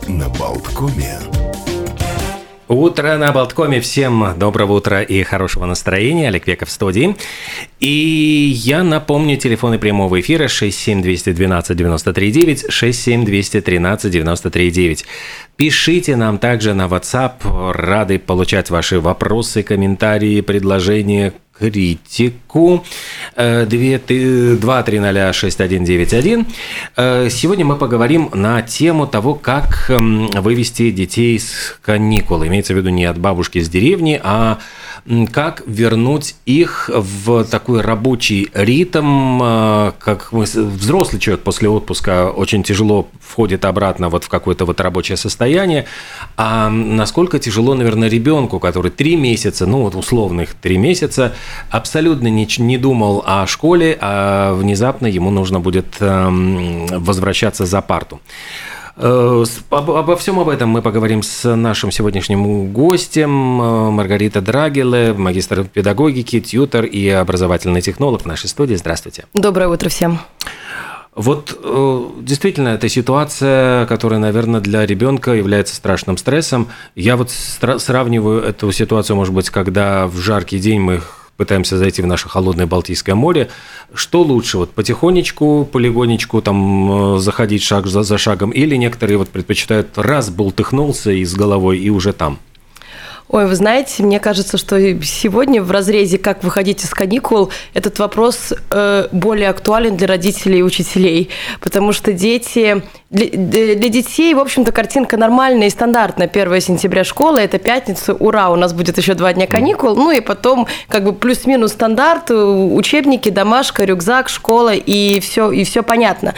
на Болткоме. Утро на Болткоме. Всем доброго утра и хорошего настроения. Олег Веков в студии. И я напомню, телефоны прямого эфира 67-212-93-9, 67-213-93-9. Пишите нам также на WhatsApp. Рады получать ваши вопросы, комментарии, предложения, критику. 2306191. Сегодня мы поговорим на тему того, как вывести детей с каникул. Имеется в виду не от бабушки с деревни, а как вернуть их в такой рабочий ритм. Как взрослый человек после отпуска очень тяжело входит обратно вот в какое-то вот рабочее состояние. А насколько тяжело, наверное, ребенку, который 3 месяца, ну вот условных 3 месяца, абсолютно не думал о школе, а внезапно ему нужно будет возвращаться за парту. Обо всем об этом мы поговорим с нашим сегодняшним гостем. Маргарита Драгиле, магистр педагогики, тьютор и образовательный технолог в нашей студии. Здравствуйте. Доброе утро всем. Вот действительно, это ситуация, которая, наверное, для ребенка является страшным стрессом. Я вот сравниваю эту ситуацию, может быть, когда в жаркий день мы пытаемся зайти в наше холодное Балтийское море. Что лучше, вот потихонечку, полигонечку там заходить шаг за шагом, или некоторые вот предпочитают раз бултыхнулся и с головой, и уже там? Ой, вы знаете, мне кажется, что сегодня в разрезе «Как выходить из каникул» этот вопрос более актуален для родителей и учителей, потому что дети... Для детей, в общем-то, картинка нормальная и стандартная. 1 сентября школа, это пятница, ура, у нас будет еще 2 дня каникул, ну и потом как бы плюс-минус стандарт, учебники, домашка, рюкзак, школа, и все понятно.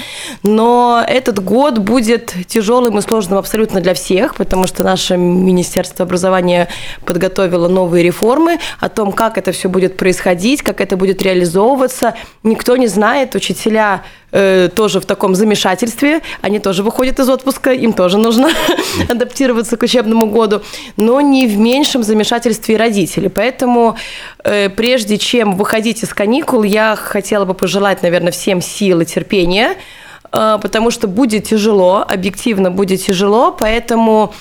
Но этот год будет тяжелым и сложным абсолютно для всех, потому что наше Министерство образования подготовило новые реформы о том, как это все будет происходить, как это будет реализовываться. Никто не знает, учителя тоже в таком замешательстве, они тоже выходят из отпуска, им тоже нужно адаптироваться к учебному году, но не в меньшем замешательстве и родители. Поэтому прежде чем выходить из каникул, я хотела бы пожелать, наверное, всем сил и терпения, потому что будет тяжело, объективно будет тяжело, поэтому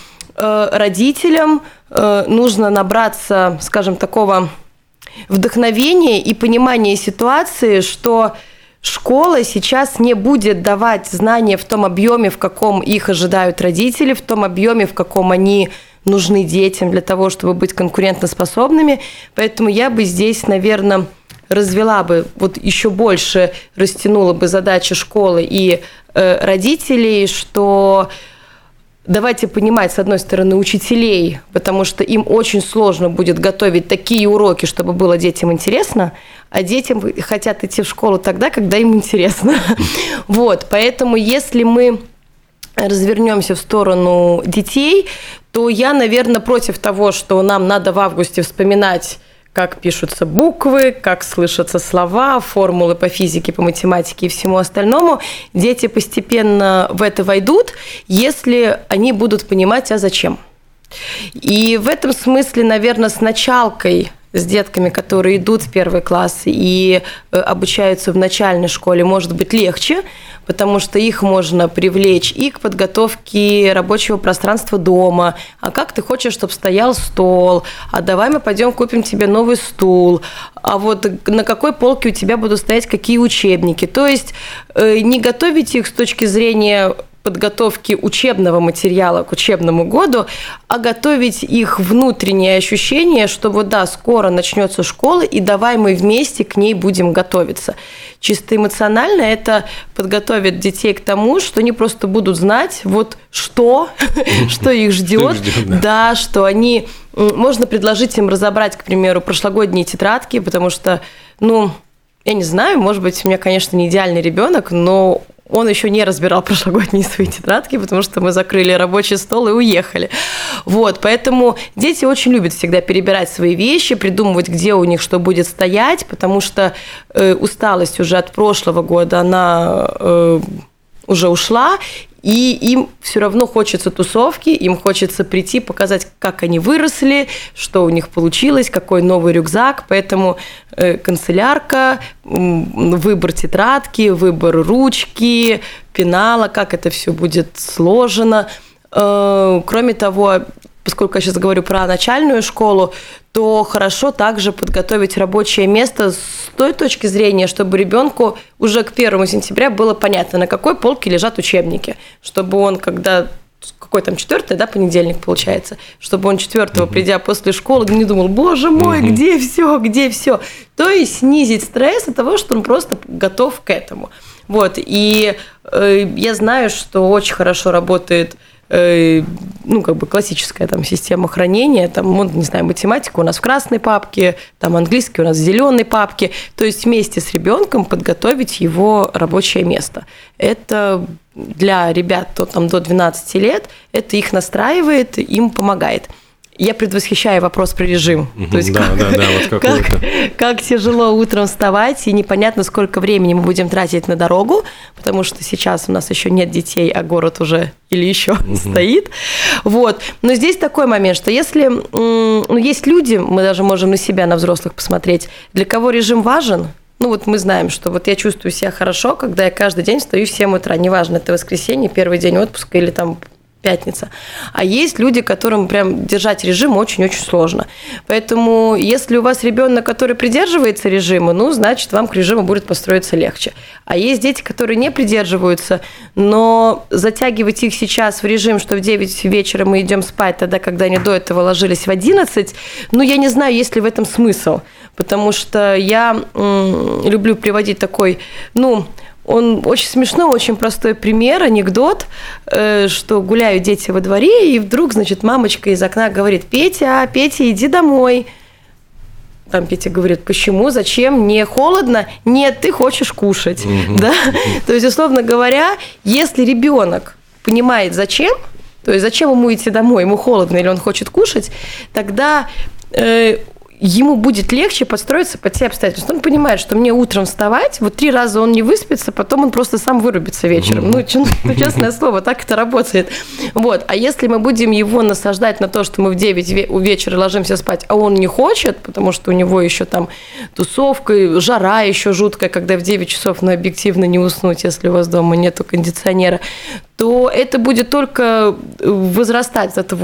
родителям нужно набраться, скажем, такого вдохновения и понимания ситуации, что школа сейчас не будет давать знания в том объеме, в каком их ожидают родители, в том объеме, в каком они нужны детям для того, чтобы быть конкурентоспособными. Поэтому я бы здесь, наверное, развела бы, вот еще больше растянула бы задачи школы и родителей, что... Давайте понимать, с одной стороны, учителей, потому что им очень сложно будет готовить такие уроки, чтобы было детям интересно, а детям хотят идти в школу тогда, когда им интересно. Вот, поэтому если мы развернемся в сторону детей, то я, наверное, против того, что нам надо в августе вспоминать, как пишутся буквы, как слышатся слова, формулы по физике, по математике и всему остальному. Дети постепенно в это войдут, если они будут понимать, а зачем. И в этом смысле, наверное, с началкой, с детками, которые идут в 1 класс и обучаются в начальной школе, может быть легче, потому что их можно привлечь и к подготовке рабочего пространства дома. А как ты хочешь, чтобы стоял стол? А давай мы пойдем купим тебе новый стул. А вот на какой полке у тебя будут стоять какие учебники? То есть не готовить их с точки зрения подготовки учебного материала к учебному году, а готовить их внутреннее ощущение, что вот да, скоро начнется школа, и давай мы вместе к ней будем готовиться. Чисто эмоционально это подготовит детей к тому, что они просто будут знать, вот что их ждет, да, что они... Можно предложить им разобрать, к примеру, прошлогодние тетрадки, потому что, я не знаю, может быть, у меня, конечно, не идеальный ребенок, но он еще не разбирал прошлогодние свои тетрадки, потому что мы закрыли рабочий стол и уехали. Вот, поэтому дети очень любят всегда перебирать свои вещи, придумывать, где у них что будет стоять, потому что усталость уже от прошлого года, она уже ушла, и им все равно хочется тусовки, им хочется прийти, показать, как они выросли, что у них получилось, какой новый рюкзак, поэтому канцелярка, выбор тетрадки, выбор ручки, пенала, как это все будет сложено, Кроме того, поскольку я сейчас говорю про начальную школу, то хорошо также подготовить рабочее место с той точки зрения, чтобы ребенку уже к 1 сентября было понятно, на какой полке лежат учебники, чтобы он, когда... Какой там 4, да, понедельник получается, чтобы он 4-го, придя после школы, не думал, боже мой, где все. То есть снизить стресс от того, что он просто готов к этому. Вот, и я знаю, что очень хорошо работает классическая там система хранения, там, не знаю, математика у нас в красной папке, там английский у нас в зеленой папке, то есть вместе с ребенком подготовить его рабочее место. Это для ребят там, до 12 лет, это их настраивает, им помогает. Я предвосхищаю вопрос про режим. То есть как тяжело утром вставать, и непонятно, сколько времени мы будем тратить на дорогу, потому что сейчас у нас еще нет детей, а город уже или еще стоит. Вот. Но здесь такой момент, что если есть люди, мы даже можем на себя, на взрослых посмотреть, для кого режим важен. Мы знаем, что я чувствую себя хорошо, когда я каждый день встаю в 7 утра, неважно, это воскресенье, первый день отпуска или там пятница. А есть люди, которым прям держать режим очень-очень сложно. Поэтому, если у вас ребенок, который придерживается режима, значит, вам к режиму будет построиться легче. А есть дети, которые не придерживаются, но затягивать их сейчас в режим, что в 9 вечера мы идем спать, тогда, когда они до этого ложились в 11, я не знаю, есть ли в этом смысл. Потому что я люблю приводить такой, он очень смешной, очень простой пример, анекдот, что гуляют дети во дворе, и вдруг, мамочка из окна говорит: Петя, иди домой. Там Петя говорит: почему, зачем, не холодно? Нет, ты хочешь кушать. Да? То есть, условно говоря, если ребенок понимает, зачем, то есть зачем ему идти домой, ему холодно или он хочет кушать, тогда... ему будет легче подстроиться под те обстоятельства. Он понимает, что мне утром вставать, 3 раза он не выспится, потом он просто сам вырубится вечером. Честное слово, так это работает. Вот. А если мы будем его насаждать на то, что мы в 9 вечера ложимся спать, а он не хочет, потому что у него еще там тусовка, жара еще жуткая, когда в 9 часов объективно не уснуть, если у вас дома нету кондиционера, то это будет только возрастать, это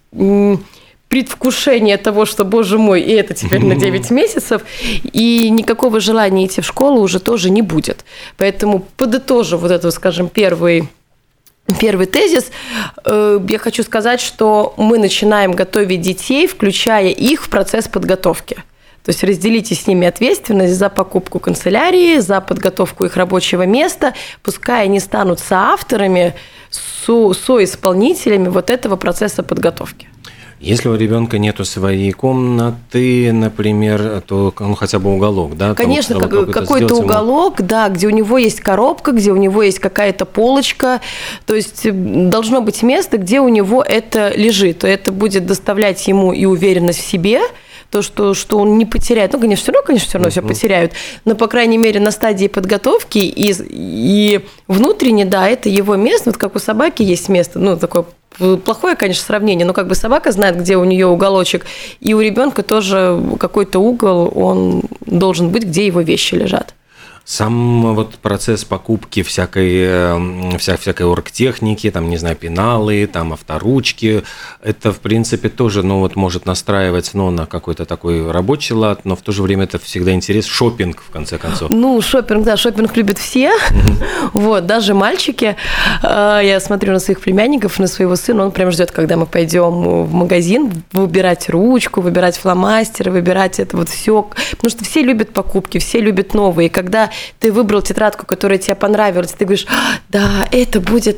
предвкушение того, что, боже мой, и это теперь на 9 месяцев, и никакого желания идти в школу уже тоже не будет. Поэтому, подытожив скажем, первый тезис, я хочу сказать, что мы начинаем готовить детей, включая их в процесс подготовки. То есть разделите с ними ответственность за покупку канцелярии, за подготовку их рабочего места, пускай они станут соавторами, соисполнителями этого процесса подготовки. Если у ребенка нету своей комнаты, например, то хотя бы уголок, да? Конечно, какой-то уголок, да, где у него есть коробка, где у него есть какая-то полочка, то есть должно быть место, где у него это лежит, то это будет доставлять ему и уверенность в себе, то, что он не потеряет. Конечно, все равно все потеряют, но, по крайней мере, на стадии подготовки и внутренне, да, это его место, как у собаки есть место, такое плохое, конечно, сравнение, но собака знает, где у нее уголочек, и у ребенка тоже какой-то угол, он должен быть, где его вещи лежат. Сам процесс покупки всякой оргтехники, пеналы, авторучки, это, в принципе, тоже, может настраивать, на какой-то такой рабочий лад, но в то же время это всегда интерес, шопинг, в конце концов. Шопинг любят все, даже мальчики. Я смотрю на своих племянников, на своего сына, он прям ждет, когда мы пойдем в магазин, выбирать ручку, выбирать фломастеры, выбирать это все, потому что все любят покупки, все любят новые, когда ты выбрал тетрадку, которая тебе понравилась, ты говоришь: да, это будет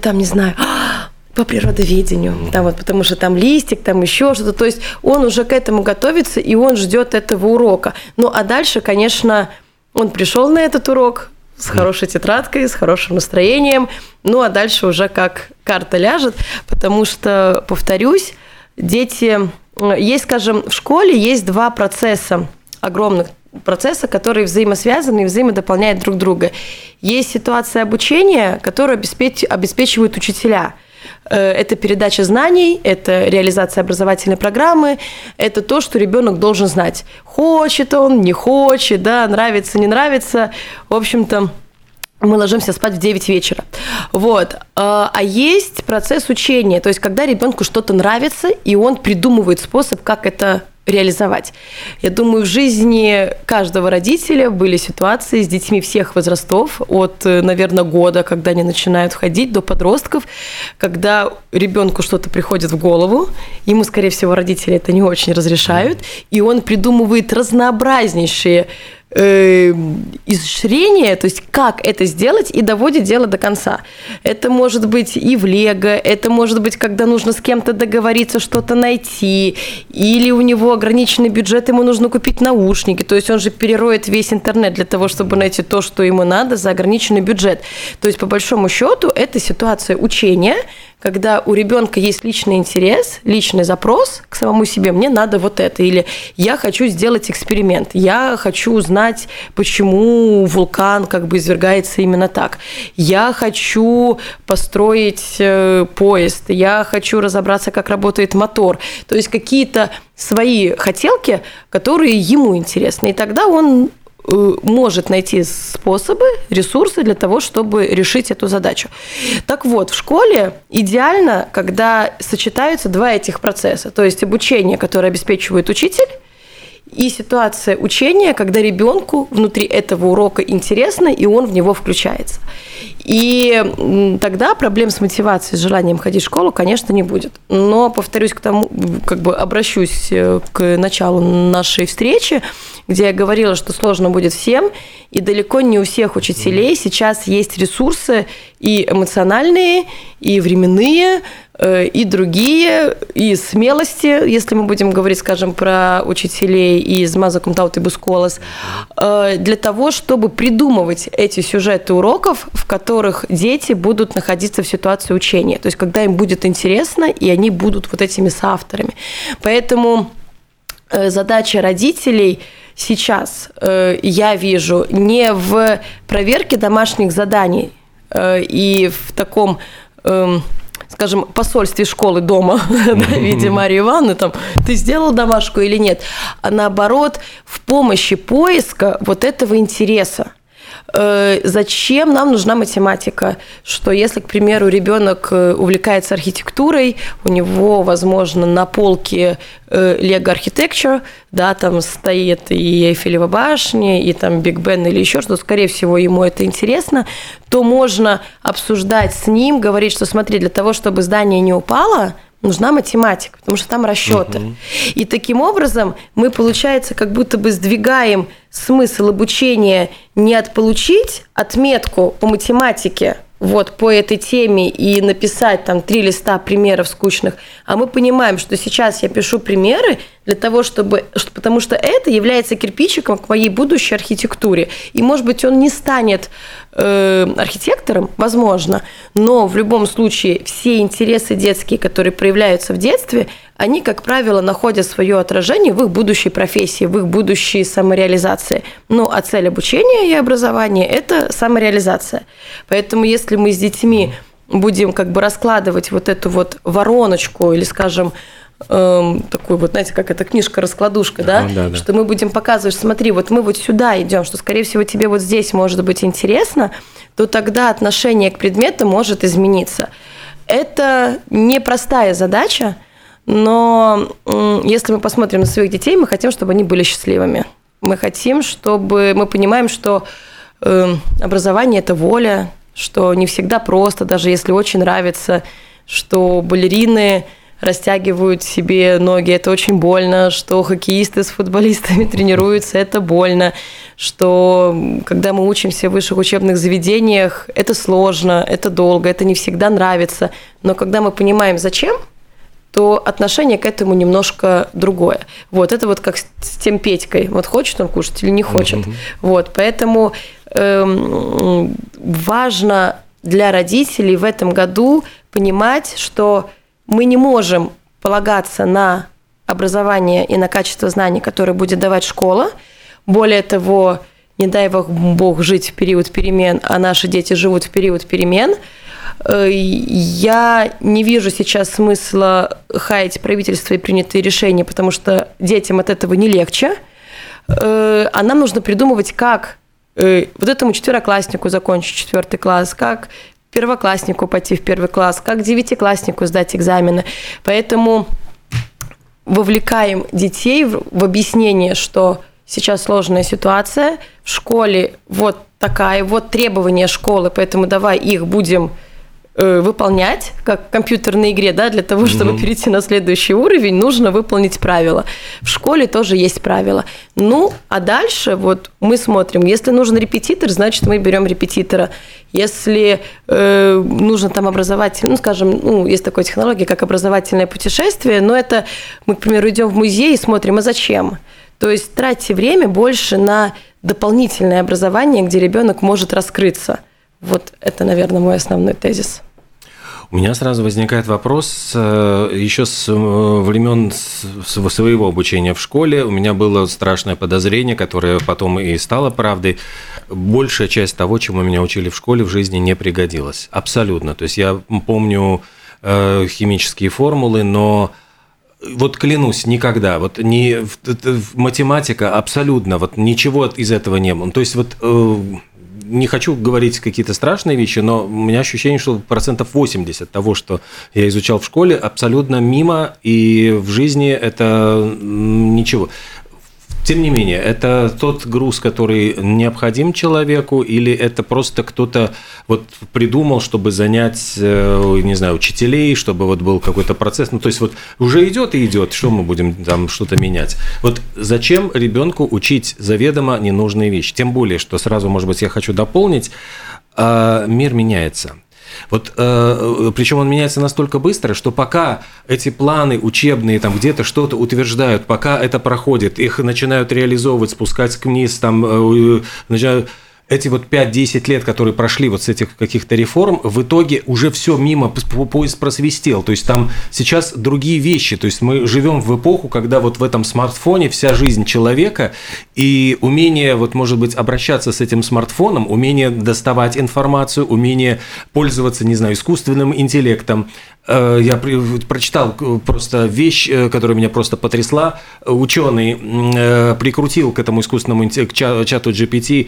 по природоведению, потому что там листик, там еще что-то, то есть он уже к этому готовится, и он ждет этого урока. А дальше, конечно, он пришел на этот урок с хорошей тетрадкой, с хорошим настроением, а дальше уже как карта ляжет, потому что, повторюсь, дети, в школе есть 2 процесса огромных, которые взаимосвязаны и взаимодополняют друг друга. Есть ситуация обучения, которую обеспечивают учителя. Это передача знаний, это реализация образовательной программы, это то, что ребенок должен знать. Хочет он, не хочет, да, нравится, не нравится. В общем-то, мы ложимся спать в 9 вечера. Вот. А есть процесс учения, то есть когда ребенку что-то нравится, и он придумывает способ, как это реализовать. Я думаю, в жизни каждого родителя были ситуации с детьми всех возрастов, от, наверное, года, когда они начинают ходить, до подростков, когда ребенку что-то приходит в голову, ему, скорее всего, родители это не очень разрешают, и он придумывает разнообразнейшие изощрения, то есть как это сделать, и доводит дело до конца. Это может быть и в лего, это может быть, когда нужно с кем-то договориться, что-то найти, или у него ограниченный бюджет, ему нужно купить наушники, то есть он же перероет весь интернет для того, чтобы найти то, что ему надо за ограниченный бюджет. То есть, по большому счету, это ситуация учения, когда у ребенка есть личный интерес, личный запрос к самому себе, мне надо вот это, или я хочу сделать эксперимент, я хочу узнать, почему вулкан как бы извергается именно так, я хочу построить поезд, я хочу разобраться, как работает мотор, то есть какие-то свои хотелки, которые ему интересны, и тогда он может найти способы, ресурсы для того, чтобы решить эту задачу. Так вот, в школе идеально, когда сочетаются два этих процесса, то есть обучение, которое обеспечивает учитель, и ситуация учения, когда ребенку внутри этого урока интересно, и он в него включается. И тогда проблем с мотивацией, с желанием ходить в школу, конечно, не будет. Но, повторюсь, к тому, как бы обращусь к началу нашей встречи, где я говорила, что сложно будет всем, и далеко не у всех учителей сейчас есть ресурсы и эмоциональные, и временные, и другие, и смелости, если мы будем говорить, скажем, про учителей из Мазакумтауты Бусколас, для того, чтобы придумывать эти сюжеты уроков, в которых дети будут находиться в ситуации учения. То есть, когда им будет интересно, и они будут вот этими соавторами. Поэтому задача родителей сейчас, я вижу, не в проверке домашних заданий и в таком, скажем, посольстве школы дома, в виде Марии Ивановны, там, ты сделал домашку или нет, а наоборот, в помощи поиска вот этого интереса. Зачем нам нужна математика? Что если, к примеру, ребенок увлекается архитектурой, у него, возможно, на полке Lego Architecture, да, там стоит и Эйфелева башня, и там Биг Бен или еще что-то, скорее всего, ему это интересно, то можно обсуждать с ним, говорить, что смотри, для того, чтобы здание не упало, нужна математика, потому что там расчеты. И таким образом мы, получается, как будто бы сдвигаем смысл обучения не от получить отметку по математике вот по этой теме и написать там 3 листа примеров скучных, а мы понимаем, что сейчас я пишу примеры для того, потому что это является кирпичиком к моей будущей архитектуре. И, может быть, он не станет архитектором, возможно, но в любом случае все интересы детские, которые проявляются в детстве, они, как правило, находят свое отражение в их будущей профессии, в их будущей самореализации. Ну, а цель обучения и образования – это самореализация. Поэтому если мы с детьми будем как бы раскладывать вот эту вот вороночку или, скажем, такую вот, знаете, как эта книжка-раскладушка, да? Да, что мы будем показывать, смотри, вот мы вот сюда идем, что, скорее всего, тебе вот здесь может быть интересно, то тогда отношение к предмету может измениться. Это непростая задача, но если мы посмотрим на своих детей, мы хотим, чтобы они были счастливыми. Мы хотим, чтобы мы понимаем, что образование – это воля, что не всегда просто, даже если очень нравится, что балерины растягивают себе ноги, это очень больно, что хоккеисты с футболистами тренируются, это больно, что когда мы учимся в высших учебных заведениях, это сложно, это долго, это не всегда нравится, но когда мы понимаем, зачем, то отношение к этому немножко другое. Вот, это вот как с тем Петькой, вот хочет он кушать или не хочет. Вот, поэтому важно для родителей в этом году понимать, что мы не можем полагаться на образование и на качество знаний, которое будет давать школа. Более того, не дай Бог жить в период перемен, а наши дети живут в период перемен. Я не вижу сейчас смысла хаять правительство и принятые решения, потому что детям от этого не легче. А нам нужно придумывать, как вот этому четверокласснику закончить 4 класс, как первокласснику пойти в 1 класс, как 9-класснику сдать экзамены. Поэтому вовлекаем детей в объяснение, что сейчас сложная ситуация, в школе вот такая, вот требования школы, поэтому давай их будем выполнять, как в компьютерной игре, да, для того, чтобы перейти на следующий уровень, нужно выполнить правила. В школе тоже есть правила. Ну, а дальше вот мы смотрим, если нужен репетитор, значит, мы берем репетитора. Если нужно там образовательное, ну, скажем, есть такая технология, как образовательное путешествие, но это мы, к примеру, идем в музей и смотрим, а зачем? То есть тратьте время больше на дополнительное образование, где ребенок может раскрыться. Вот это, наверное, мой основной тезис. У меня сразу возникает вопрос, еще с времен своего обучения в школе у меня было страшное подозрение, которое потом и стало правдой. Большая часть того, чему меня учили в школе, в жизни не пригодилась. Абсолютно. То есть я помню химические формулы, но вот клянусь, никогда, вот не математика абсолютно, вот ничего из этого не было. То есть вот не хочу говорить какие-то страшные вещи, но у меня ощущение, что 80% того, что я изучал в школе, абсолютно мимо, и в жизни это ничего. Тем не менее, это тот груз, который необходим человеку, или это просто кто-то вот придумал, чтобы занять, не знаю, учителей, чтобы вот был какой-то процесс. Ну, то есть вот уже идет и идет, что мы будем там что-то менять? Вот зачем ребенку учить заведомо ненужные вещи? Тем более, что сразу, может быть, я хочу дополнить, мир меняется. Вот, причем он меняется настолько быстро, что пока эти планы учебные там где-то что-то утверждают, пока это проходит, их начинают реализовывать, спускать вниз, там, начинают... Эти вот 5-10 лет, которые прошли вот с этих каких-то реформ, в итоге уже все мимо, поезд просвистел. То есть там сейчас другие вещи. То есть мы живем в эпоху, когда вот в этом смартфоне вся жизнь человека, и умение, вот, может быть, обращаться с этим смартфоном, умение доставать информацию, умение пользоваться, не знаю, искусственным интеллектом. Я прочитал просто вещь, которая меня просто потрясла. Ученый прикрутил к этому искусственному к чату GPT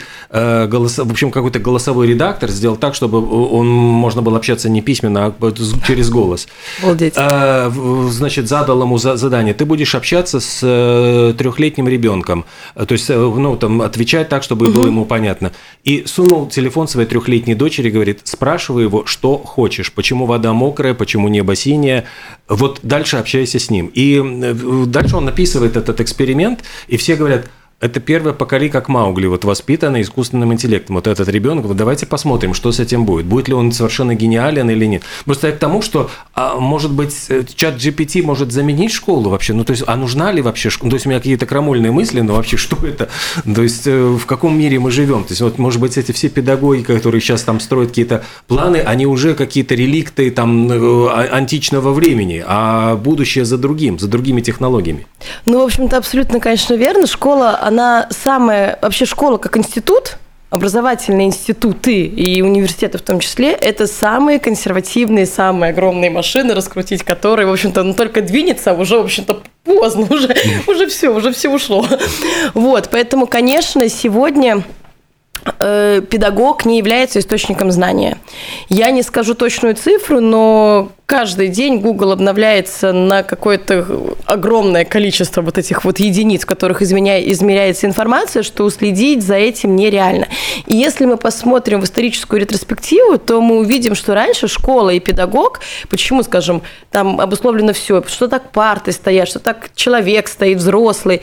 в общем, какой-то голосовой редактор, сделал так, чтобы можно было общаться не письменно, а через голос. Обалдеть. Значит, задал ему задание: ты будешь общаться с 3-летним ребенком, то есть, ну, там, отвечать так, чтобы было ему понятно. И сунул телефон своей 3-летней дочери, говорит: спрашивай его, что хочешь, почему вода мокрая, почему небо синее, вот дальше общайся с ним. И дальше он описывает этот эксперимент, и все говорят: это первое поколение, как Маугли, вот воспитанный искусственным интеллектом. Вот этот ребенок, вот давайте посмотрим, что с этим будет. Будет ли он совершенно гениален или нет. Просто я к тому, что, может быть, чат GPT может заменить школу вообще? Ну, то есть, а нужна ли вообще школа? То есть, у меня какие-то крамольные мысли, но вообще, что это? То есть, в каком мире мы живем? То есть, вот, может быть, эти все педагоги, которые сейчас там строят какие-то планы, они уже какие-то реликты там античного времени, а будущее за другими технологиями. Ну, в общем-то, абсолютно, конечно, верно. Школа, она самая, вообще школа как институт, образовательные институты и университеты в том числе, это самые консервативные, самые огромные машины, раскрутить которые, в общем-то, ну, только двинется, уже, в общем-то, поздно, уже все ушло. Вот, поэтому, конечно, сегодня педагог не является источником знания. Я не скажу точную цифру, но каждый день Google обновляется на какое-то огромное количество вот этих вот единиц, в которых измеряется информация, что уследить за этим нереально. И если мы посмотрим в историческую ретроспективу, то мы увидим, что раньше школа и педагог, почему, скажем, там обусловлено все, что так парты стоят, что так человек стоит, взрослый.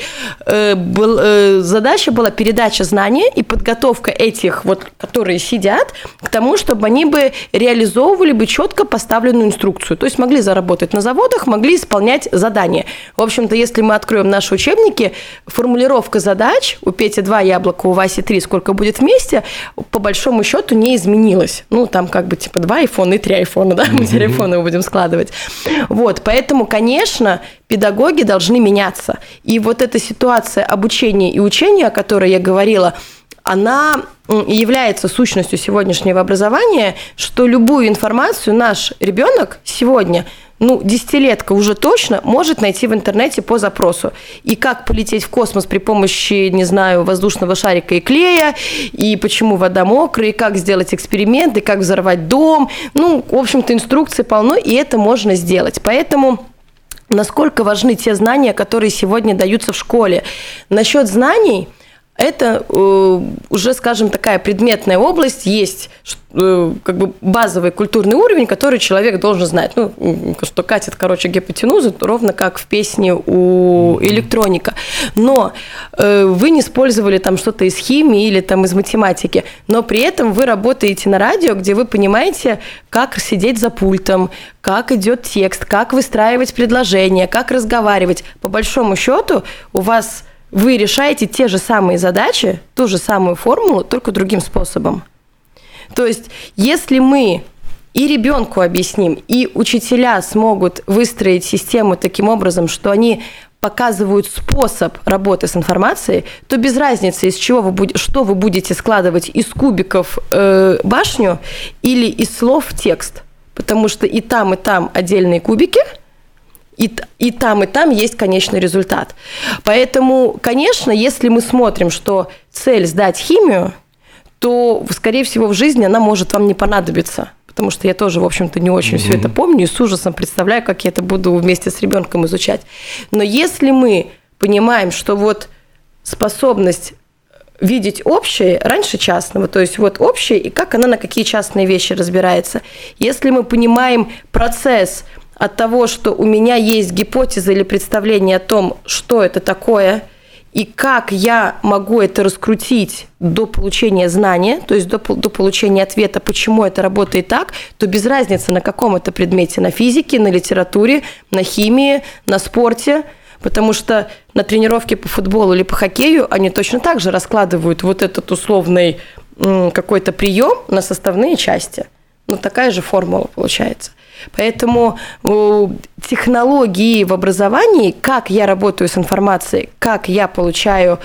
Задача была передача знания и подготовка этих, вот, которые сидят, к тому, чтобы они бы реализовывали бы четко поставленную инструкцию. То есть могли заработать на заводах, могли исполнять задания. В общем-то, если мы откроем наши учебники, формулировка задач у Пети 2 яблока, у Васи 3, сколько будет вместе, по большому счету не изменилась. Ну, там как бы типа 2 айфона и 3 айфона, да, мы 3 айфона будем складывать. Вот, поэтому, конечно, педагоги должны меняться. И вот эта ситуация обучения и учения, о которой я говорила, она является сущностью сегодняшнего образования, что любую информацию наш ребенок сегодня, десятилетка уже точно может найти в интернете по запросу. И как полететь в космос при помощи, не знаю, воздушного шарика и клея, и почему вода мокрая, и как сделать эксперимент, и как взорвать дом. В общем-то, инструкций полно, и это можно сделать. Поэтому насколько важны те знания, которые сегодня даются в школе. Насчет знаний, это уже, скажем, такая предметная область, есть как бы базовый культурный уровень, который человек должен знать. Что катит, гипотенузу, ровно как в песне у электроника. Но вы не использовали там что-то из химии или там из математики, но при этом вы работаете на радио, где вы понимаете, как сидеть за пультом, как идет текст, как выстраивать предложения, как разговаривать. По большому счету вы решаете те же самые задачи, ту же самую формулу, только другим способом. То есть, если мы и ребенку объясним, и учителя смогут выстроить систему таким образом, что они показывают способ работы с информацией, то без разницы, что вы будете складывать из кубиков башню или из слов текст. Потому что и там отдельные кубики, и там есть конечный результат. Поэтому, конечно, если мы смотрим, что цель сдать химию, то, скорее всего, в жизни она может вам не понадобиться. Потому что я тоже, в общем-то, не очень все это помню и с ужасом представляю, как я это буду вместе с ребенком изучать. Но если мы понимаем, что способность видеть общее раньше частного, то есть общее и как она на какие частные вещи разбирается. Если мы понимаем процесс от того, что у меня есть гипотеза или представление о том, что это такое, и как я могу это раскрутить до получения знания, то есть до получения ответа, почему это работает так, то без разницы, на каком это предмете, на физике, на литературе, на химии, на спорте, потому что на тренировке по футболу или по хоккею они точно так же раскладывают этот условный какой-то прием на составные части. Такая же формула получается. Поэтому технологии в образовании, как я работаю с информацией, как я получаю,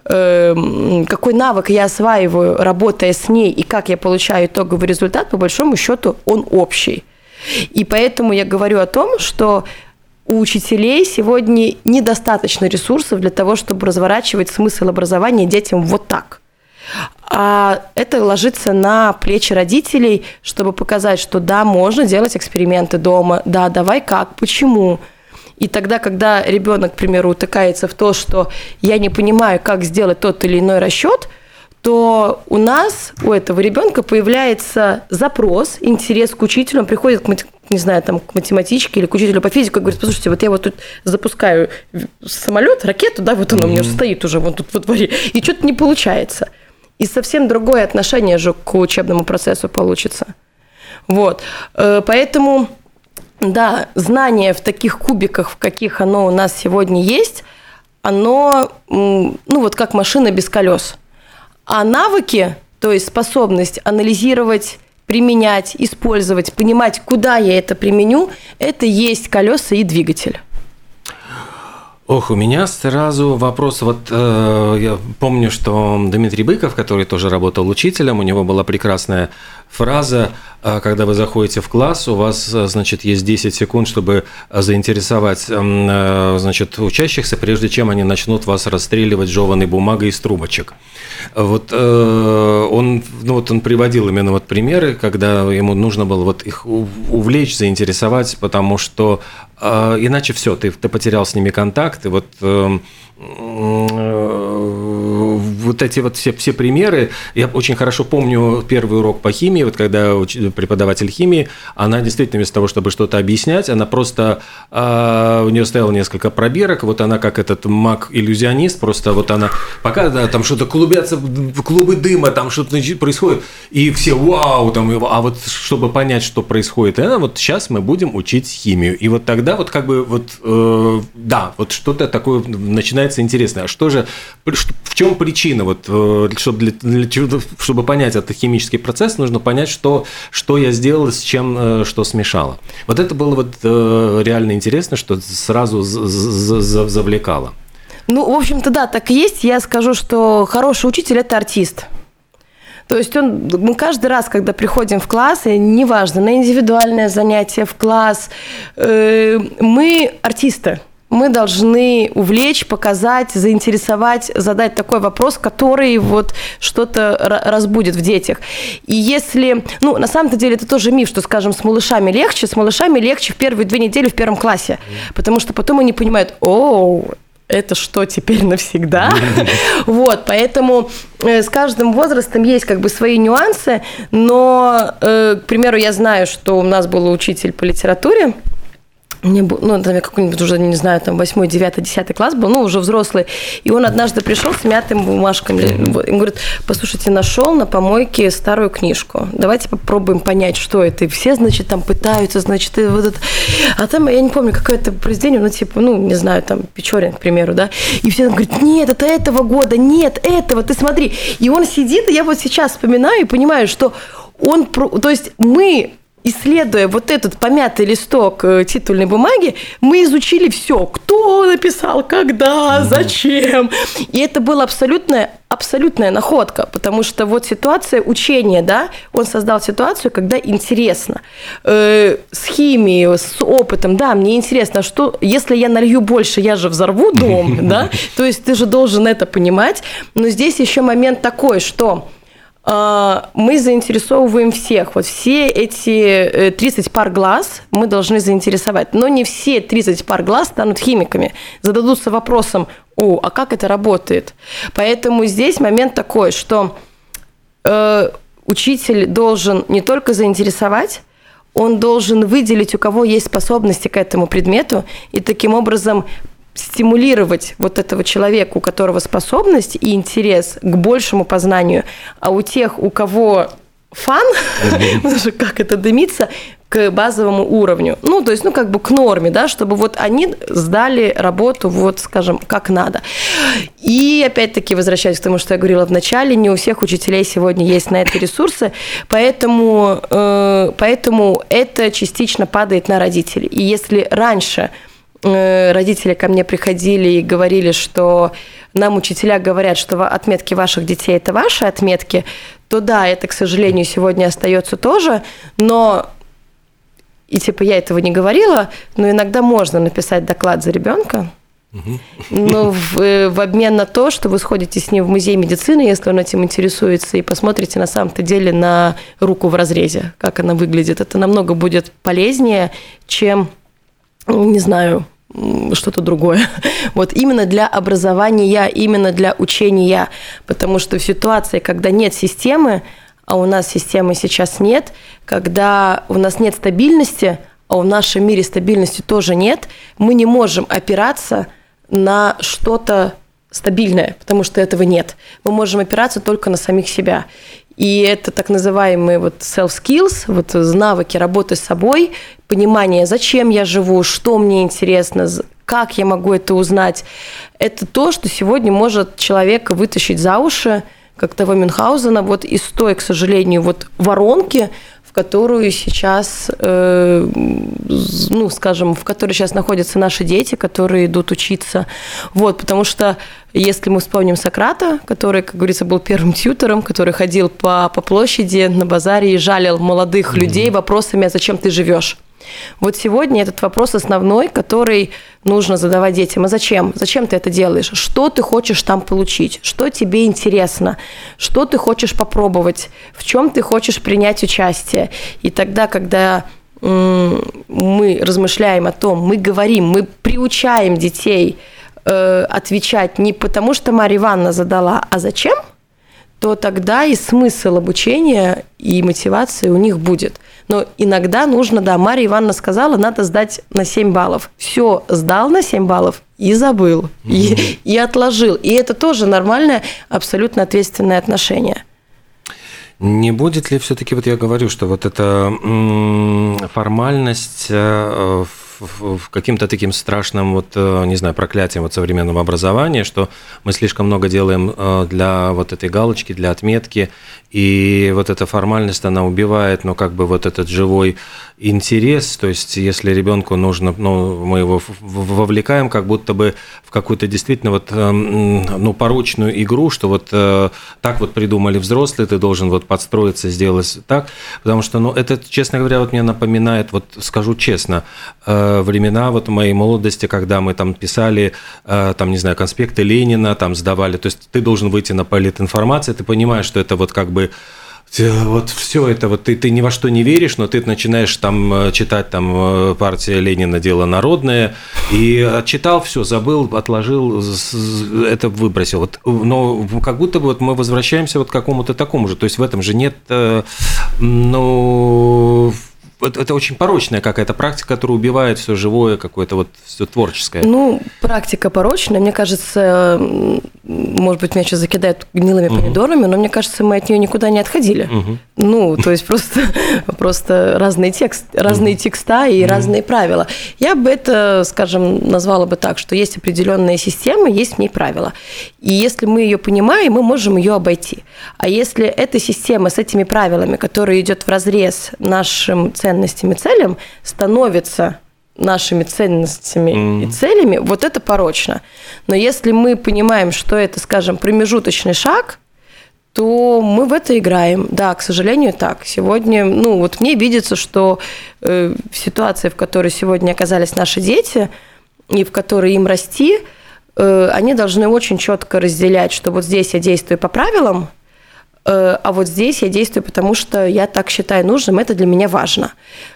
какой навык я осваиваю, работая с ней, и как я получаю итоговый результат, по большому счету, он общий. И поэтому я говорю о том, что у учителей сегодня недостаточно ресурсов для того, чтобы разворачивать смысл образования детям вот так. А это ложится на плечи родителей, чтобы показать, что да, можно делать эксперименты дома, да, давай как, почему. И тогда, когда ребенок, к примеру, утыкается в то, что я не понимаю, как сделать тот или иной расчет, то у этого ребенка появляется запрос, интерес к учителю, он приходит к математичке или к учителю по физике и говорит: послушайте, я тут запускаю самолет, ракету, да, он у меня уже стоит уже тут во дворе, и что-то не получается. И совсем другое отношение же к учебному процессу получится. Поэтому, да, знание в таких кубиках, в каких оно у нас сегодня есть, оно, как машина без колес. А навыки, то есть способность анализировать, применять, использовать, понимать, куда я это применю, это есть колеса и двигатель. У меня сразу вопрос. Я помню, что Дмитрий Быков, который тоже работал учителем, у него была прекрасная фраза: когда вы заходите в класс, у вас, есть 10 секунд, чтобы заинтересовать, учащихся, прежде чем они начнут вас расстреливать жеваной бумагой из трубочек. Он приводил именно примеры, когда ему нужно было их увлечь, заинтересовать, потому что иначе все, ты потерял с ними контакт. И эти все примеры, я очень хорошо помню первый урок по химии, когда преподаватель химии, она действительно вместо того, чтобы что-то объяснять, она просто, у нее стояло несколько пробирок, она как этот маг-иллюзионист, просто она, пока там что-то клубятся, клубы дыма, там что-то происходит, и все вау, чтобы понять, что происходит, сейчас мы будем учить химию, и тогда что-то такое начинается интересное. А что же, в чем причина? Чтобы понять этот химический процесс, нужно понять, что я сделал, с чем, что смешало. Это было реально интересно, что сразу завлекало. Ну, в общем-то, да, так и есть. Я скажу, что хороший учитель – это артист. То есть мы каждый раз, когда приходим в класс, и неважно, на индивидуальное занятие, в класс, мы артисты. Мы должны увлечь, показать, заинтересовать, задать такой вопрос, который вот что-то разбудит в детях. И если, ну, на самом-то деле это тоже миф, что, скажем, с малышами легче в первые 2 недели в 1 классе, потому что потом они понимают, это что, теперь навсегда? Вот, поэтому с каждым возрастом есть как бы свои нюансы, но, к примеру, я знаю, что у нас был учитель по литературе, мне был, ну, там какой-нибудь уже, не знаю, там 8, 9, 10 класс был, ну, уже взрослый, и он однажды пришел с мятыми бумажками, и говорит, послушайте, нашел на помойке старую книжку, давайте попробуем понять, что это, и все, значит, там пытаются, значит, и вот это, а там, я не помню, какое-то произведение, ну, типа, ну, не знаю, там, Печорин, к примеру, да, и все там говорят, нет, это этого года, нет, этого, ты смотри, и он сидит, и я вот сейчас вспоминаю и понимаю, что он, то есть мы, исследуя вот этот помятый листок титульной бумаги, мы изучили все, кто написал, когда, зачем. И это была абсолютная находка, потому что вот ситуация учения, да, он создал ситуацию, когда интересно. С химией, с опытом, да, мне интересно, что если я налью больше, я же взорву дом, да, то есть ты же должен это понимать. Но здесь еще момент такой, что мы заинтересовываем всех. Вот все эти 30 пар глаз мы должны заинтересовать. Но не все 30 пар глаз станут химиками. Зададутся вопросом, а как это работает? Поэтому здесь момент такой, что учитель должен не только заинтересовать, он должен выделить, у кого есть способности к этому предмету, и таким образом стимулировать вот этого человека, у которого способность и интерес к большему познанию, а у тех, у кого фан, как это дымится, к базовому уровню. Ну, то есть, ну, как бы к норме, да, чтобы вот они сдали работу, вот, скажем, как надо. И, опять-таки, возвращаясь к тому, что я говорила в начале, не у всех учителей сегодня есть на это ресурсы, поэтому это частично падает на родителей. И если раньше родители ко мне приходили и говорили, что нам учителя говорят, что отметки ваших детей – это ваши отметки, то да, это, к сожалению, сегодня остается тоже, но, и типа я этого не говорила, но иногда можно написать доклад за ребенка, но в обмен на то, что вы сходите с ним в музей медицины, если он этим интересуется, и посмотрите на самом-то деле на руку в разрезе, как она выглядит, это намного будет полезнее, чем, не знаю, что-то другое. Вот именно для образования, именно для учения, потому что в ситуации, когда нет системы, а у нас системы сейчас нет, когда у нас нет стабильности, а в нашем мире стабильности тоже нет, мы не можем опираться на что-то стабильное, потому что этого нет. Мы можем опираться только на самих себя. И это так называемые вот self-skills, вот навыки работы с собой, понимание, зачем я живу, что мне интересно, как я могу это узнать. Это то, что сегодня может человека вытащить за уши, как того Мюнхгаузена, вот из той, к сожалению, вот воронки, в которую сейчас, ну, скажем, в которой сейчас находятся наши дети, которые идут учиться. Вот, потому что если мы вспомним Сократа, который, как говорится, был первым тьютором, который ходил по площади на базаре и жалил молодых людей вопросами, а зачем ты живешь? Вот сегодня этот вопрос основной, который нужно задавать детям. А зачем? Зачем ты это делаешь? Что ты хочешь там получить? Что тебе интересно? Что ты хочешь попробовать? В чем ты хочешь принять участие? И тогда, когда мы размышляем о том, мы говорим, мы приучаем детей отвечать не потому, что Марья Ивановна задала, а зачем, то тогда и смысл обучения, и мотивации у них будет. Но иногда нужно, да, Марья Ивановна сказала, надо сдать на 7 баллов. Все, сдал на 7 баллов и забыл, и отложил. И это тоже нормальное, абсолютно ответственное отношение. Не будет ли все-таки, вот я говорю, что вот эта формальность каким-то таким страшным, вот, не знаю, проклятием вот современного образования, что мы слишком много делаем для вот этой галочки, для отметки, и вот эта формальность, она убивает, но как бы вот этот живой интерес, то есть если ребенку нужно, мы его вовлекаем как будто бы в какую-то действительно вот, порочную игру, что вот так вот придумали взрослые, ты должен вот подстроиться, сделать так, потому что, это, честно говоря, вот мне напоминает, вот скажу честно, времена вот моей молодости, когда мы там писали, там, не знаю, конспекты Ленина, там сдавали, то есть ты должен выйти на политинформацию, ты понимаешь, что это вот как бы вот все это, вот ты ни во что не веришь, но ты начинаешь там читать там «Партия Ленина. Дело народное», и читал, все, забыл, отложил, это выбросил. Вот, но как будто бы вот мы возвращаемся вот к какому-то такому же, то есть в этом же нет, это очень порочная какая-то практика, которая убивает все живое, какое-то вот все творческое. Практика порочная, мне кажется, может быть, меня сейчас закидают гнилыми помидорами, но мне кажется, мы от нее никуда не отходили. То есть просто разные текста и разные правила. Я бы это, скажем, назвала бы так, что есть определенная система, есть в ней правила. И если мы ее понимаем, мы можем ее обойти. А если эта система с этими правилами, которая идет вразрез нашим ценностям и целям, становится нашими ценностями и целями, вот это порочно. Но если мы понимаем, что это, скажем, промежуточный шаг, то мы в это играем. Да, к сожалению, так. Сегодня, вот мне видится, что ситуация, в которой сегодня оказались наши дети, и в которой им расти, они должны очень четко разделять, что вот здесь я действую по правилам, а вот здесь я действую, потому что я так считаю нужным, это для меня важно.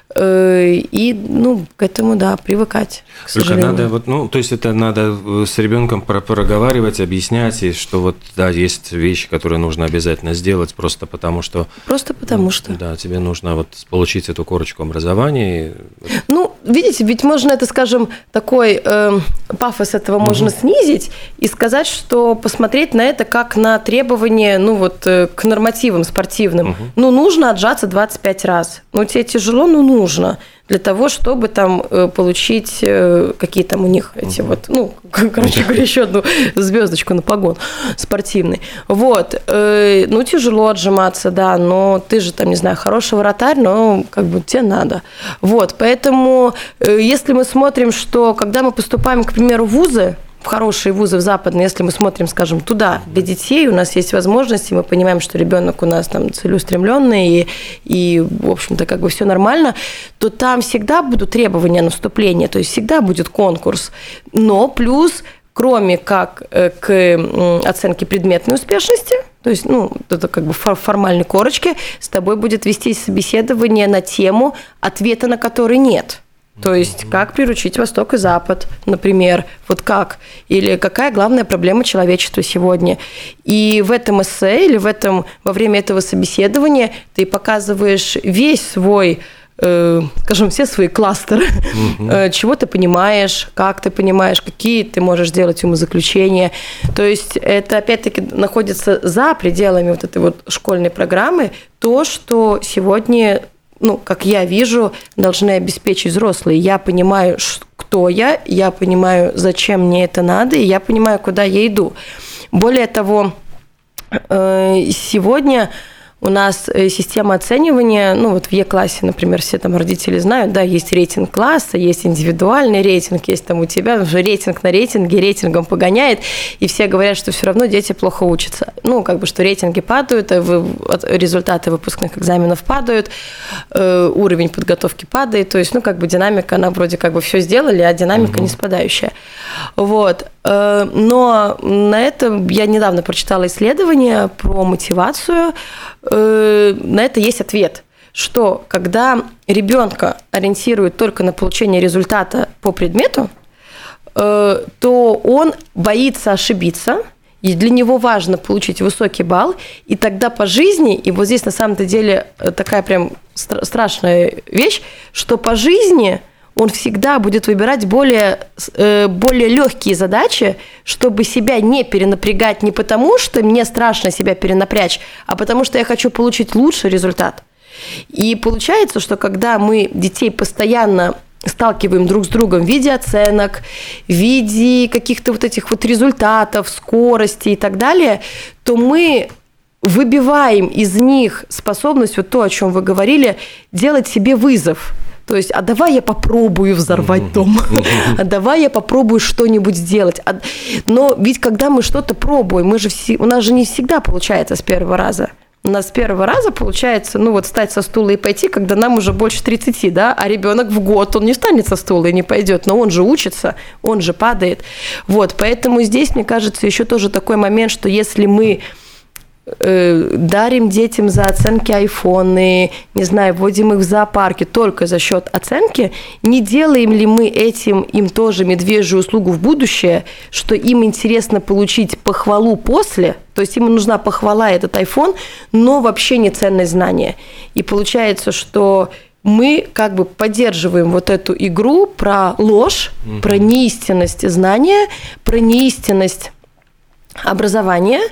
И, к этому, да, привыкать, к сожалению. Надо, то есть это надо с ребенком проговаривать, объяснять, и что вот, да, есть вещи, которые нужно обязательно сделать, просто потому что... Да, тебе нужно вот получить эту корочку образования. Видите, ведь можно это, скажем, такой пафос этого можно снизить и сказать, что посмотреть на это как на требование, к нормативам спортивным. Нужно отжаться 25 раз. Тебе тяжело, нужно для того, чтобы там получить какие там у них эти короче говоря, еще одну звездочку на погон спортивный. Вот. Тяжело отжиматься, да, но ты же там, не знаю, хороший вратарь, но как бы тебе надо. Вот. Поэтому если мы смотрим, что когда мы поступаем, к примеру, в вузы, в хорошие вузы, в западные, если мы смотрим, скажем, туда, для детей, у нас есть возможности, мы понимаем, что ребенок у нас там целеустремленный, и в общем-то, как бы все нормально, то там всегда будут требования на вступление, то есть всегда будет конкурс. Но плюс, кроме как к оценке предметной успешности, то есть, это как бы формальной корочки, с тобой будет вестись собеседование на тему, ответа на который нет. То есть, как приручить Восток и Запад, например, вот как, или какая главная проблема человечества сегодня. И в этом эссе или во время этого собеседования ты показываешь весь свой, скажем, все свои кластеры, чего ты понимаешь, как ты понимаешь, какие ты можешь делать умозаключения. То есть, это опять-таки находится за пределами вот этой вот школьной программы, то, что сегодня... как я вижу, должны обеспечить взрослые. Я понимаю, кто я понимаю, зачем мне это надо, и я понимаю, куда я иду. Более того, сегодня у нас система оценивания, в Е-классе, например, все там родители знают, да, есть рейтинг класса, есть индивидуальный рейтинг, есть там у тебя уже рейтинг на рейтинге, рейтингом погоняет, и все говорят, что все равно дети плохо учатся. Что рейтинги падают, результаты выпускных экзаменов падают, уровень подготовки падает, то есть, динамика, она вроде как бы все сделали, а динамика не спадающая. Вот. Но на это я недавно прочитала исследование про мотивацию. На это есть ответ, что когда ребенка ориентируют только на получение результата по предмету, то он боится ошибиться, и для него важно получить высокий балл, и тогда по жизни, и вот здесь на самом-то деле такая прям страшная вещь, что по жизни он всегда будет выбирать более легкие задачи, чтобы себя не перенапрягать не потому, что мне страшно себя перенапрячь, а потому что я хочу получить лучший результат. И получается, что когда мы детей постоянно сталкиваем друг с другом в виде оценок, в виде каких-то вот этих вот результатов, скорости и так далее, то мы выбиваем из них способность, вот то, о чем вы говорили, делать себе вызов. То есть, а давай я попробую взорвать дом, а давай я попробую что-нибудь сделать. Но ведь когда мы что-то пробуем, у нас же не всегда получается с первого раза. У нас с первого раза получается, встать со стула и пойти, когда нам уже больше 30, да, а ребенок в год, он не встанет со стула и не пойдет, но он же учится, он же падает. Вот, поэтому здесь, мне кажется, еще тоже такой момент, что если мы дарим детям за оценки айфоны, не знаю, вводим их в зоопарки только за счет оценки, не делаем ли мы этим им тоже медвежью услугу в будущее, что им интересно получить похвалу после, то есть им нужна похвала, этот айфон, но вообще не ценность знания. И получается, что мы как бы поддерживаем вот эту игру про ложь, про неистинность знания, про неистинность образования,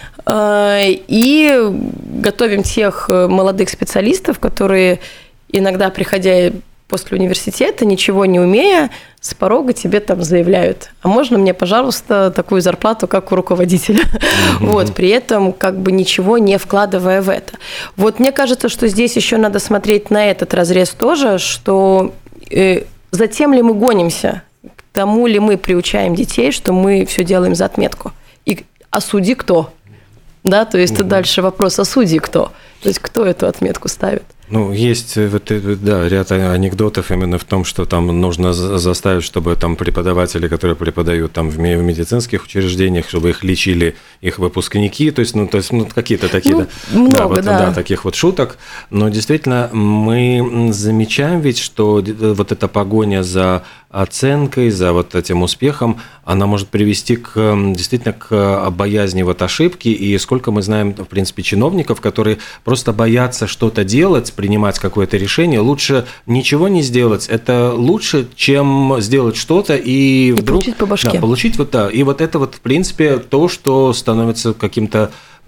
и готовим тех молодых специалистов, которые иногда, приходя после университета, ничего не умея, с порога тебе там заявляют: а можно мне, пожалуйста, такую зарплату, как у руководителя? Вот, при этом как бы ничего не вкладывая в это. Вот мне кажется, что здесь еще надо смотреть на этот разрез тоже, что за тем ли мы гонимся, к тому ли мы приучаем детей, что мы все делаем за отметку. И а судьи кто? Да, то есть дальше вопрос, а судьи кто? То есть кто эту отметку ставит? Есть ряд анекдотов именно в том, что там нужно заставить, чтобы там преподаватели, которые преподают там в медицинских учреждениях, чтобы их лечили их выпускники, то есть какие-то такие, таких вот шуток. Но действительно мы замечаем ведь, что вот эта погоня за оценкой, за вот этим успехом, она может привести действительно к боязни вот ошибки. И сколько мы знаем, в принципе, чиновников, которые просто боятся что-то делать, принимать какое-то решение, лучше ничего не сделать. Это лучше, чем сделать что-то и вдруг получить по башке. Да, получить вот да. И вот это вот, в принципе, то, что становится каким-то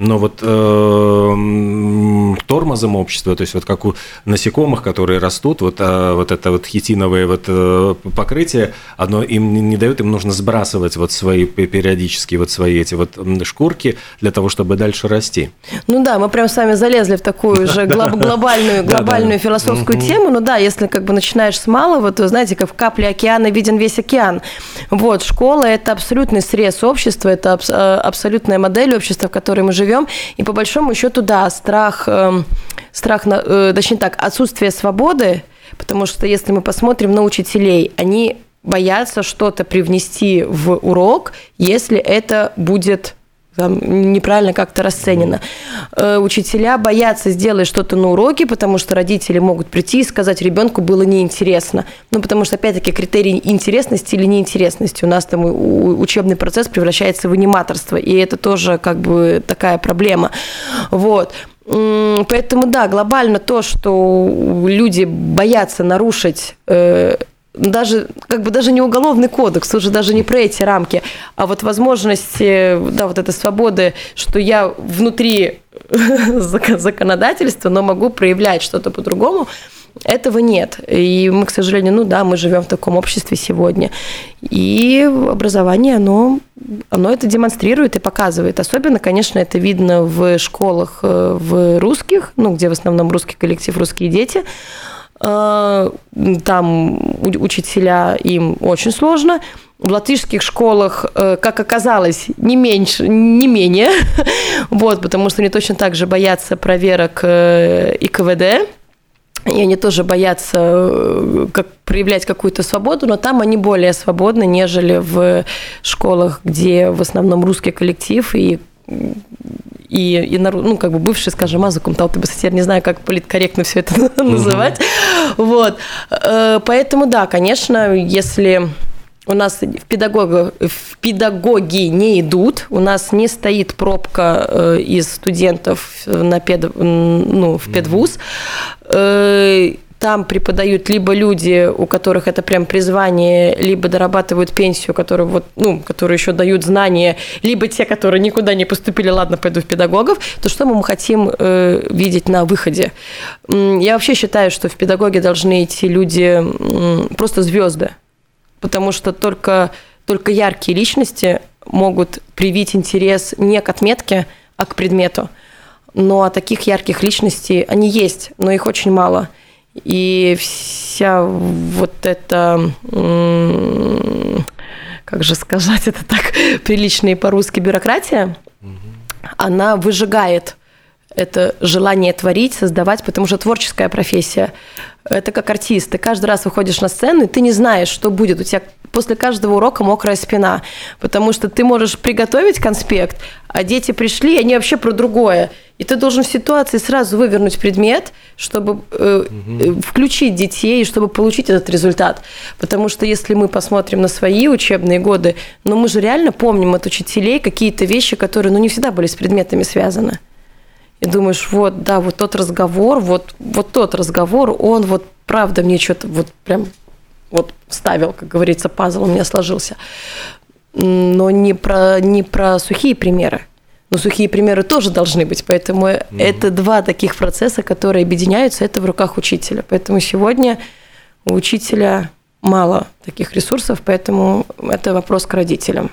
тормозом общества, то есть вот как у насекомых, которые растут, вот это вот хитиновое вот покрытие, оно им не дает, им нужно сбрасывать вот свои периодически вот свои эти вот шкурки для того, чтобы дальше расти. Мы прям с вами залезли в такую же глобальную философскую тему, если как бы начинаешь с малого, то, знаете, как в капле океана виден весь океан. Вот, школа – это абсолютный срез общества, это абсолютная модель общества, в которой мы живем. И по большому счету, да, отсутствие свободы, потому что если мы посмотрим на учителей, они боятся что-то привнести в урок, если это будет неправильно как-то расценено. Учителя боятся сделать что-то на уроке, потому что родители могут прийти и сказать: ребенку было неинтересно. Потому что, опять-таки, критерий интересности или неинтересности. У нас там учебный процесс превращается в аниматорство, и это тоже как бы такая проблема. Вот. Поэтому, да, глобально то, что люди боятся нарушить даже не уголовный кодекс, уже даже не про эти рамки, а вот возможности, да, вот этой свободы, что я внутри законодательства, но могу проявлять что-то по-другому, этого нет. И мы, к сожалению, мы живем в таком обществе сегодня. И образование, оно это демонстрирует и показывает. Особенно, конечно, это видно в школах в русских, где в основном русский коллектив, русские дети. Там учителя, им очень сложно. В латышских школах, как оказалось, не менее, вот, потому что они точно так же боятся проверок и КВД, и они тоже боятся проявлять какую-то свободу, но там они более свободны, нежели в школах, где в основном русский коллектив и бывший, скажем, азыкум Талтыбасатер, не знаю, как политкорректно все это называть. Вот. Поэтому, да, конечно, если у нас в педагоги не идут, у нас не стоит пробка из студентов в педвуз, там преподают либо люди, у которых это прям призвание, либо дорабатывают пенсию, которые еще дают знания, либо те, которые никуда не поступили, ладно, пойду в педагогов, то что мы хотим видеть на выходе? Я вообще считаю, что в педагоги должны идти люди просто звезды, потому что только яркие личности могут привить интерес не к отметке, а к предмету. Но таких ярких личностей, они есть, но их очень мало. И вся вот эта, как же сказать это так прилично и по-русски, бюрократия, она выжигает это желание творить, создавать, потому что творческая профессия – это как артист. Ты каждый раз выходишь на сцену, и ты не знаешь, что будет. У тебя после каждого урока мокрая спина, потому что ты можешь приготовить конспект, а дети пришли, они вообще про другое. И ты должен в ситуации сразу вывернуть предмет, чтобы включить детей, чтобы получить этот результат. Потому что если мы посмотрим на свои учебные годы, мы же реально помним от учителей какие-то вещи, которые не всегда были с предметами связаны. И думаешь, вот тот разговор, вот тот разговор, он правда мне что-то прям вставил, как говорится, пазл у меня сложился. Но не про сухие примеры. Но сухие примеры тоже должны быть, поэтому это два таких процесса, которые объединяются, это в руках учителя. Поэтому сегодня у учителя мало таких ресурсов, поэтому это вопрос к родителям.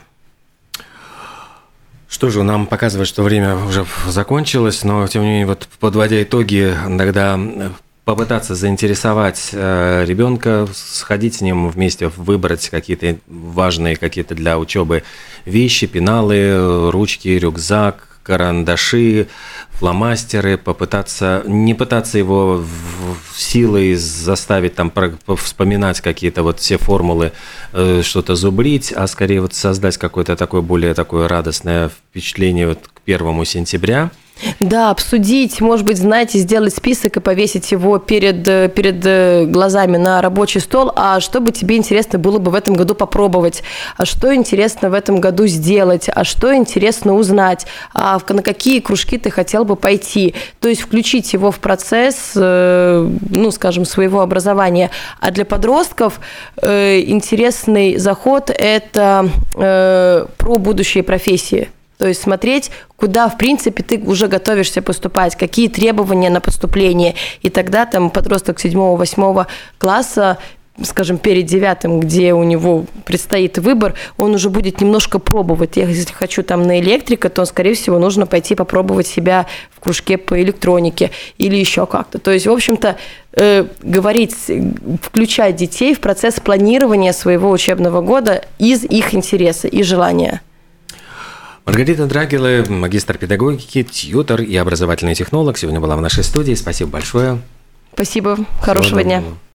Что же, нам показывает, что время уже закончилось, но тем не менее, подводя итоги, тогда попытаться заинтересовать ребенка, сходить с ним вместе, выбрать какие-то важные какие-то для учебы вещи, пеналы, ручки, рюкзак, карандаши, фломастеры, не пытаться его силой заставить вспоминать какие-то все формулы, что-то зубрить, а скорее создать какое-то более такое радостное впечатление к 1 сентября. Да, обсудить, может быть, сделать список и повесить его перед глазами на рабочий стол, а что бы тебе интересно было бы в этом году попробовать, а что интересно в этом году сделать, а что интересно узнать, а на какие кружки ты хотел бы пойти. То есть включить его в процесс, скажем, своего образования. А для подростков интересный заход – это про будущие профессии. То есть смотреть, куда, в принципе, ты уже готовишься поступать, какие требования на поступление. И тогда подросток 7-8 класса, скажем, перед 9, где у него предстоит выбор, он уже будет немножко пробовать. Если хочу на электрика, то, скорее всего, нужно пойти попробовать себя в кружке по электронике или еще как-то. То есть, в общем-то, включать детей в процесс планирования своего учебного года из их интереса и желания. Маргарита Драгила, магистр педагогики, тьютор и образовательный технолог, сегодня была в нашей студии. Спасибо большое. Спасибо. Хорошего дня.